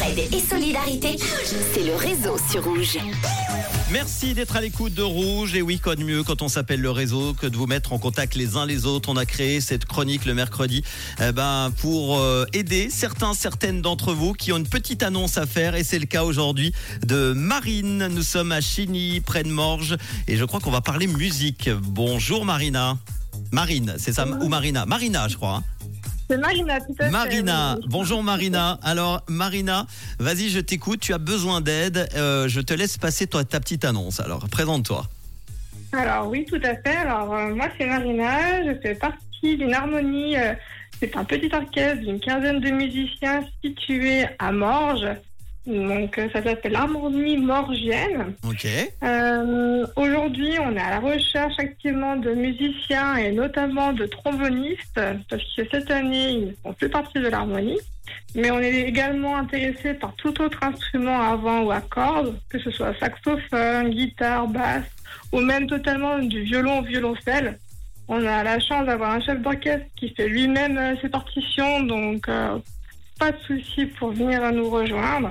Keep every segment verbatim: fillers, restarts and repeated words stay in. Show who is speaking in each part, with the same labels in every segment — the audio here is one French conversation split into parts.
Speaker 1: Entraide et solidarité, c'est le réseau sur Rouge.
Speaker 2: Merci d'être à l'écoute de Rouge. Et oui, quoi de mieux quand on s'appelle le réseau que de vous mettre en contact les uns les autres. On a créé cette chronique le mercredi eh ben, pour euh, aider certains, certaines d'entre vous qui ont une petite annonce à faire. Et c'est le cas aujourd'hui de Marine. Nous sommes à Chigny, près de Morges. Et je crois qu'on va parler musique. Bonjour Marina. Marine, c'est ça ou Marina Marina, je crois. Hein.
Speaker 3: C'est Marina, tout à fait.
Speaker 2: Marina, bonjour Marina. Alors Marina, vas-y, je t'écoute, tu as besoin d'aide. Euh, je te laisse passer toi, ta petite annonce. Alors, présente-toi.
Speaker 3: Alors oui, tout à fait. Alors euh, moi, c'est Marina. Je fais partie d'une harmonie. Euh, c'est un petit orchestre d'une quinzaine de musiciens situé à Morges. Donc euh, ça s'appelle l'harmonie morgienne.
Speaker 2: Ok.
Speaker 3: Euh, aujourd'hui, on est à la recherche activement de musiciens et notamment de trombonistes parce que cette année, ils ne font plus partie de l'harmonie. Mais on est également intéressé par tout autre instrument à vent ou à cordes, que ce soit saxophone, guitare, basse ou même totalement du violon au violoncelle. On a la chance d'avoir un chef d'orchestre qui fait lui-même euh, ses partitions, donc euh, pas de souci pour venir nous rejoindre.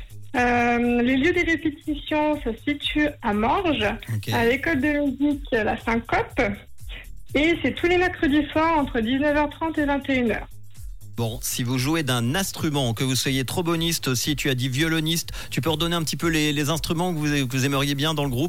Speaker 3: Euh, les lieux des répétitions se situent à Morges, okay. À l'école de musique La Syncope, et c'est tous les mercredis soirs entre dix-neuf heures trente et vingt et une heures.
Speaker 2: Bon, si vous jouez d'un instrument, que vous soyez tromboniste aussi, tu as dit violoniste, tu peux redonner un petit peu les, les instruments que vous, que vous aimeriez bien dans le groupe ?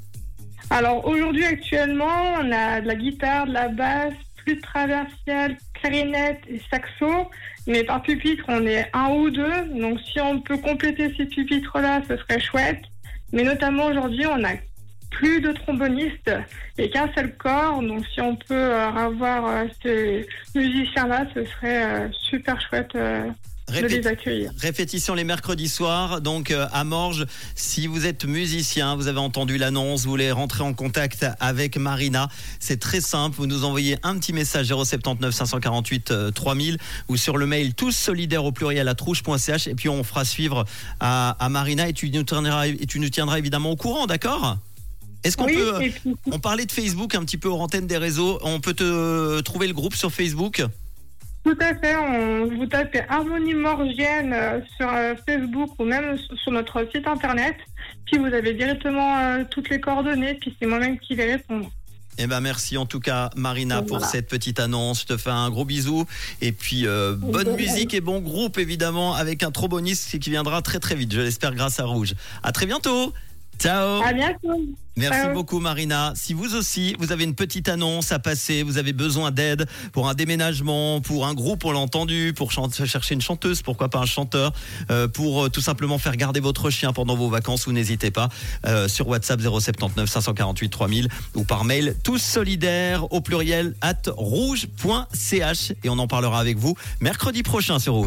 Speaker 3: Alors aujourd'hui, actuellement, on a de la guitare, de la basse, flûte traversière, clarinette et saxo. Mais par pupitre, on est un ou deux. Donc si on peut compléter ces pupitres-là, ce serait chouette. Mais notamment aujourd'hui, on a plus de trombonistes et qu'un seul corps. Donc si on peut euh, avoir euh, ces musiciens-là, ce serait euh, super chouette euh, de les accueillir.
Speaker 2: Répétition les mercredis soirs, donc euh, à Morges. Si vous êtes musicien, vous avez entendu l'annonce, vous voulez rentrer en contact avec Marina, c'est très simple. Vous nous envoyez un petit message zéro sept neuf cinq quatre huit euh, trois mille ou sur le mail tous solidaires au pluriel à trouge point c h et puis on fera suivre à, à Marina et tu nous tiendras, et tu nous tiendras évidemment au courant, d'accord ? Est-ce qu'on
Speaker 3: oui,
Speaker 2: peut...
Speaker 3: Puis...
Speaker 2: On parlait de Facebook un petit peu hors antenne des réseaux. On peut te trouver le groupe sur Facebook ?
Speaker 3: Tout à fait. On, vous tapez Harmonie Morgienne euh, sur euh, Facebook ou même sur notre site internet. Puis vous avez directement euh, toutes les coordonnées. Puis c'est moi-même qui vais répondre.
Speaker 2: Eh ben merci en tout cas Marina
Speaker 3: donc,
Speaker 2: pour
Speaker 3: voilà.
Speaker 2: cette petite annonce. Je te fais un gros bisou. Et puis euh, bonne
Speaker 3: oui,
Speaker 2: musique et bon groupe évidemment avec un tromboniste qui viendra très très vite. Je l'espère grâce à Rouge. À très bientôt. Ciao.
Speaker 3: À bientôt.
Speaker 2: Merci
Speaker 3: Ciao.
Speaker 2: beaucoup Marina. Si vous aussi, vous avez une petite annonce à passer, vous avez besoin d'aide pour un déménagement, pour un groupe, on l'a entendu, pour ch- chercher une chanteuse, pourquoi pas un chanteur, euh, pour euh, tout simplement faire garder votre chien pendant vos vacances, vous n'hésitez pas euh, sur WhatsApp zéro sept neuf cinq quatre huit trois mille ou par mail tous solidaires au pluriel at rouge point c h et on en parlera avec vous mercredi prochain sur Rouge.